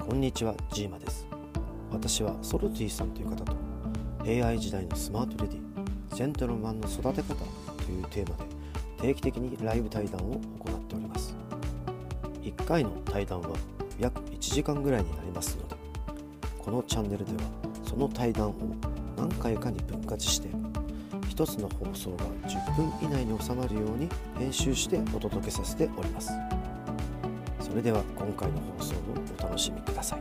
こんにちは、ジーマです。私はソルティさんという方と AI 時代のスマートレディ、ジェントルマンの育て方というテーマで定期的にライブ対談を行っております。1回の対談は約1時間ぐらいになりますので、このチャンネルではその対談を何回かに分割して一つの放送が10分以内に収まるように編集してお届けさせております。それでは今回の放送をお楽しみください。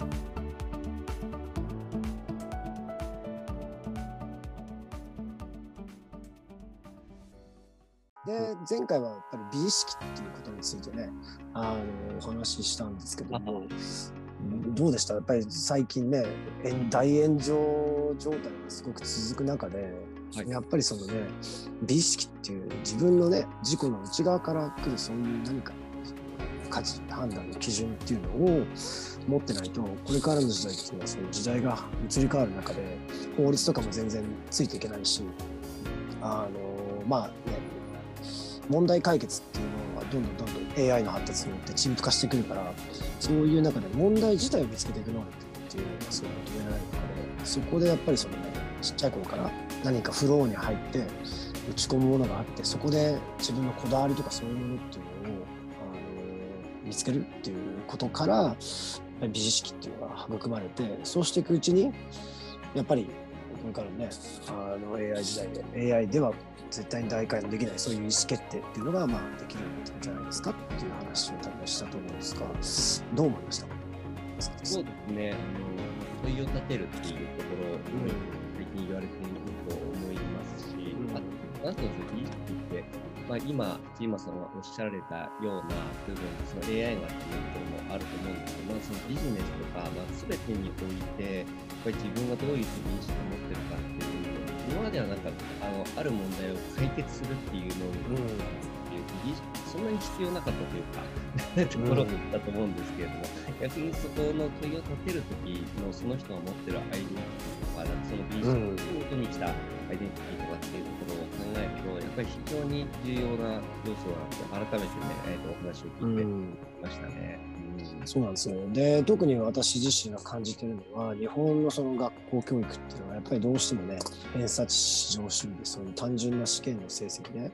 で、前回はやっぱり美意識っていうことについてね、お話ししたんですけども、どうでした？やっぱり最近ね、大炎上状態がすごく続く中で、やっぱりそのね、美意識っていう自分のね、自己の内側から来るそういう何か価値判断の基準っていうのを持ってないと、これからの時代っていうのはその時代が移り変わる中で法律とかも全然ついていけないし、まあね、問題解決っていうのはどんどん AI の発達によって陳腐化してくるから、そういう中で問題自体を見つけていく能力っていうのがすごい求められる中で、そこでやっぱりそのね、ちっちゃい頃から何かフローに入って打ち込むものがあって、そこで自分のこだわりとかそういうものっていうのを見つけるっていうことから、美意識っていうのが育まれて、そうしていくうちにやっぱりこれからね、AI 時代で AI では絶対に代替のできないそういう意思決定っていうのができるようになったんじゃないですかっていう話を多分したと思うんですが、どう思いました？ そうですね、問いを立てるっていうところ、最近言われていると思いますし、あと美意識って、今、ジーマさんがおっしゃられたような部分、その AI がっていうところもあると思うんですけど、そのビジネスとか、全てにおいて、やっぱり自分がどういうふうに意識を持ってるかっていうのを、今まではある問題を解決するっていう能力っていう美意識、そんなに必要なかったというか、ところだと思うんですけれども、逆にそこの問いを立てるときのその人が持ってるアイデンティティとか、その美意識を元にしたアイデンティティとかっていうところを考えると、やっぱり非常に重要な要素だなって改めてね、お話を聞いてきましたね。 そうなんですよ。で、特に私自身が感じているのは、日本のその学校教育っていうのはやっぱりどうしてもね、偏差値至上主義で、そういう単純な試験の成績で、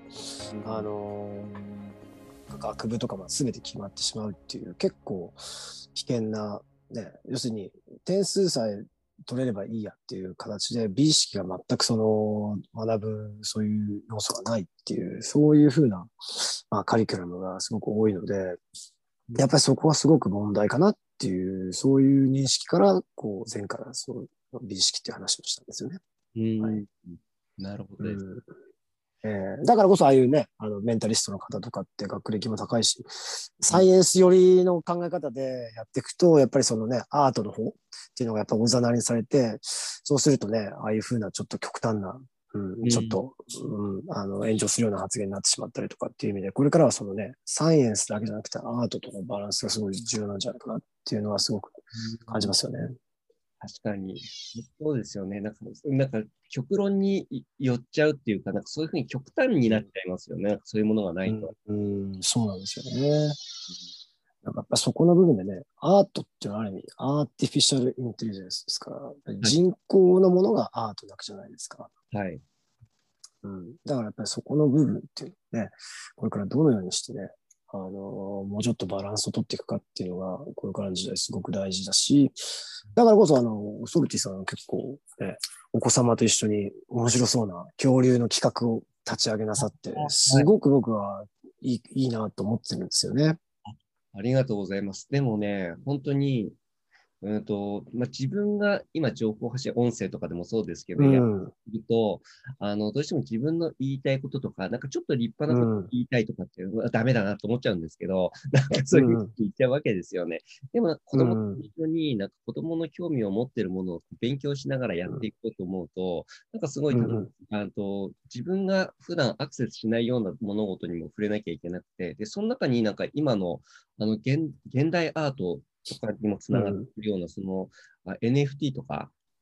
学部とかも全て決まってしまうっていう結構危険なね、要するに点数さえ取れればいいやっていう形で美意識が全くその学ぶそういう要素がないっていう、そういうふうな、カリキュラムがすごく多いので、やっぱりそこはすごく問題かなっていう、そういう認識から前からその美意識っていう話をしたんですよね。 なるほどです。 だからこそああいうね、メンタリストの方とかって学歴も高いし、サイエンス寄りの考え方でやっていくと、やっぱりそのね、アートの方っていうのがやっぱおざなりにされて、そうするとね、ああいうふうなちょっと極端な、ちょっと、炎上するような発言になってしまったりとかっていう意味で、これからはそのね、サイエンスだけじゃなくてアートとのバランスがすごい重要なんじゃないかなっていうのはすごく感じますよね。 確かに。そうですよね。極論に寄っちゃうっていうか、そういうふうに極端になっちゃいますよね。そういうものがないと。 そうなんですよね。やっぱそこの部分でね、アートっていうのはある意味、アーティフィシャルインテリジェンスですから、人工のものがアートだけじゃないですか。 はい。 だからやっぱりそこの部分っていうのね、これからどのようにしてね、もうちょっとバランスを取っていくかっていうのが、これからの時代すごく大事だし、だからこそソルティさんは結構ね、お子様と一緒に面白そうな恐竜の企画を立ち上げなさって、すごく僕はいいなと思ってるんですよね。 ありがとうございます。でもね、本当に、自分が今情報発信、音声とかでもそうですけど、やると、どうしても自分の言いたいこととか、ちょっと立派なこと言いたいとかっていうのはダメだなと思っちゃうんですけど、そういうふうに言っちゃうわけですよね。でも子供と一緒に子供の興味を持ってるものを勉強しながらやっていこうと思うと、すごい、自分が普段アクセスしないような物事にも触れなきゃいけなくて、で、その中に今の現代アートとかにもつながっているような、NFT とか、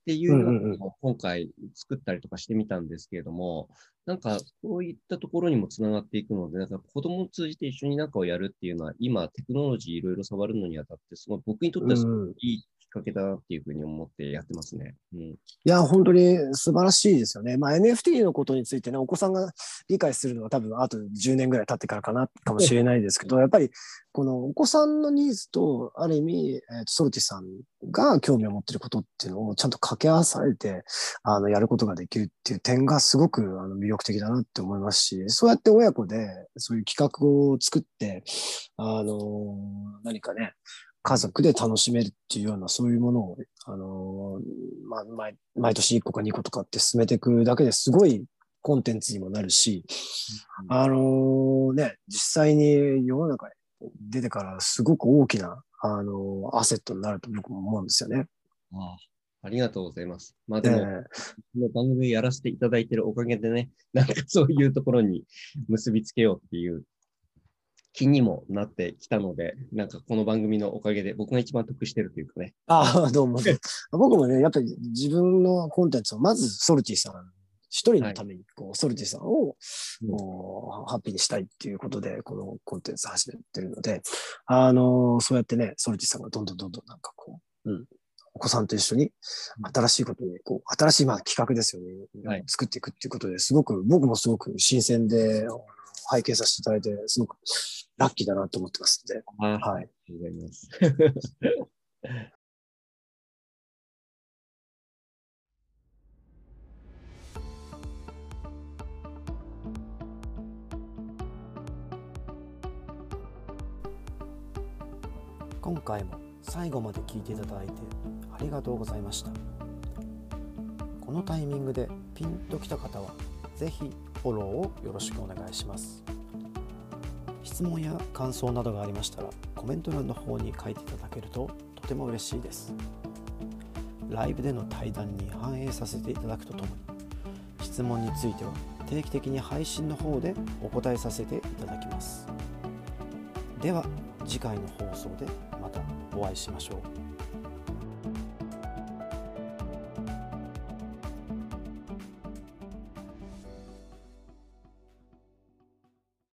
っていうのを今回作ったりとかしてみたんですけれども、なんかそういったところにもつながっていくので、なんか子供を通じて一緒になんかをやるっていうのは、今テクノロジーいろいろ触るのにあたって、すごい僕にとってはすごいいいきっかけだなっていうふうに思ってやってますね。 いや、本当に素晴らしいですよね。まあ NFT のことについてね、お子さんが理解するのは多分あと10年ぐらい経ってからかもしれないですけど、やっぱりこのお子さんのニーズと、ある意味、ソルティさんが興味を持っていることっていうのをちゃんと掛け合わされて、やることができるっていう点がすごく魅力的だなって思いますし、そうやって親子でそういう企画を作って、何かね、家族で楽しめるっていうような、そういうものを、毎年1個か2個とかって進めていくだけですごいコンテンツにもなるし、実際に世の中に出てからすごく大きな、アセットになると僕も思うんですよね。 ありがとうございます。まあでも、この番組やらせていただいているおかげでね、なんかそういうところに結びつけようっていう気にもなってきたので、なんかこの番組のおかげで僕が一番得してるというかね。 どうも。僕もね、やっぱり自分のコンテンツをまずソルティさん一人のためにソルティさんを、ハッピーにしたいっていうことで、このコンテンツ始めてるので、そうやってね、ソルティさんがどんどんなんかお子さんと一緒に新しいことに、新しい企画ですよね、作っていくっていうことですごく、僕もすごく新鮮で拝見させていただいて、すごくラッキーだなと思ってますので。 はい。ありがとうございます。 今回も最後まで聞いていただいてありがとうございました。このタイミングでピンときた方はぜひフォローをよろしくお願いします。質問や感想などがありましたらコメント欄の方に書いていただけるととても嬉しいです。ライブでの対談に反映させていただくとともに、質問については定期的に配信の方でお答えさせていただきます。では次回の放送でまたお会いしましょう。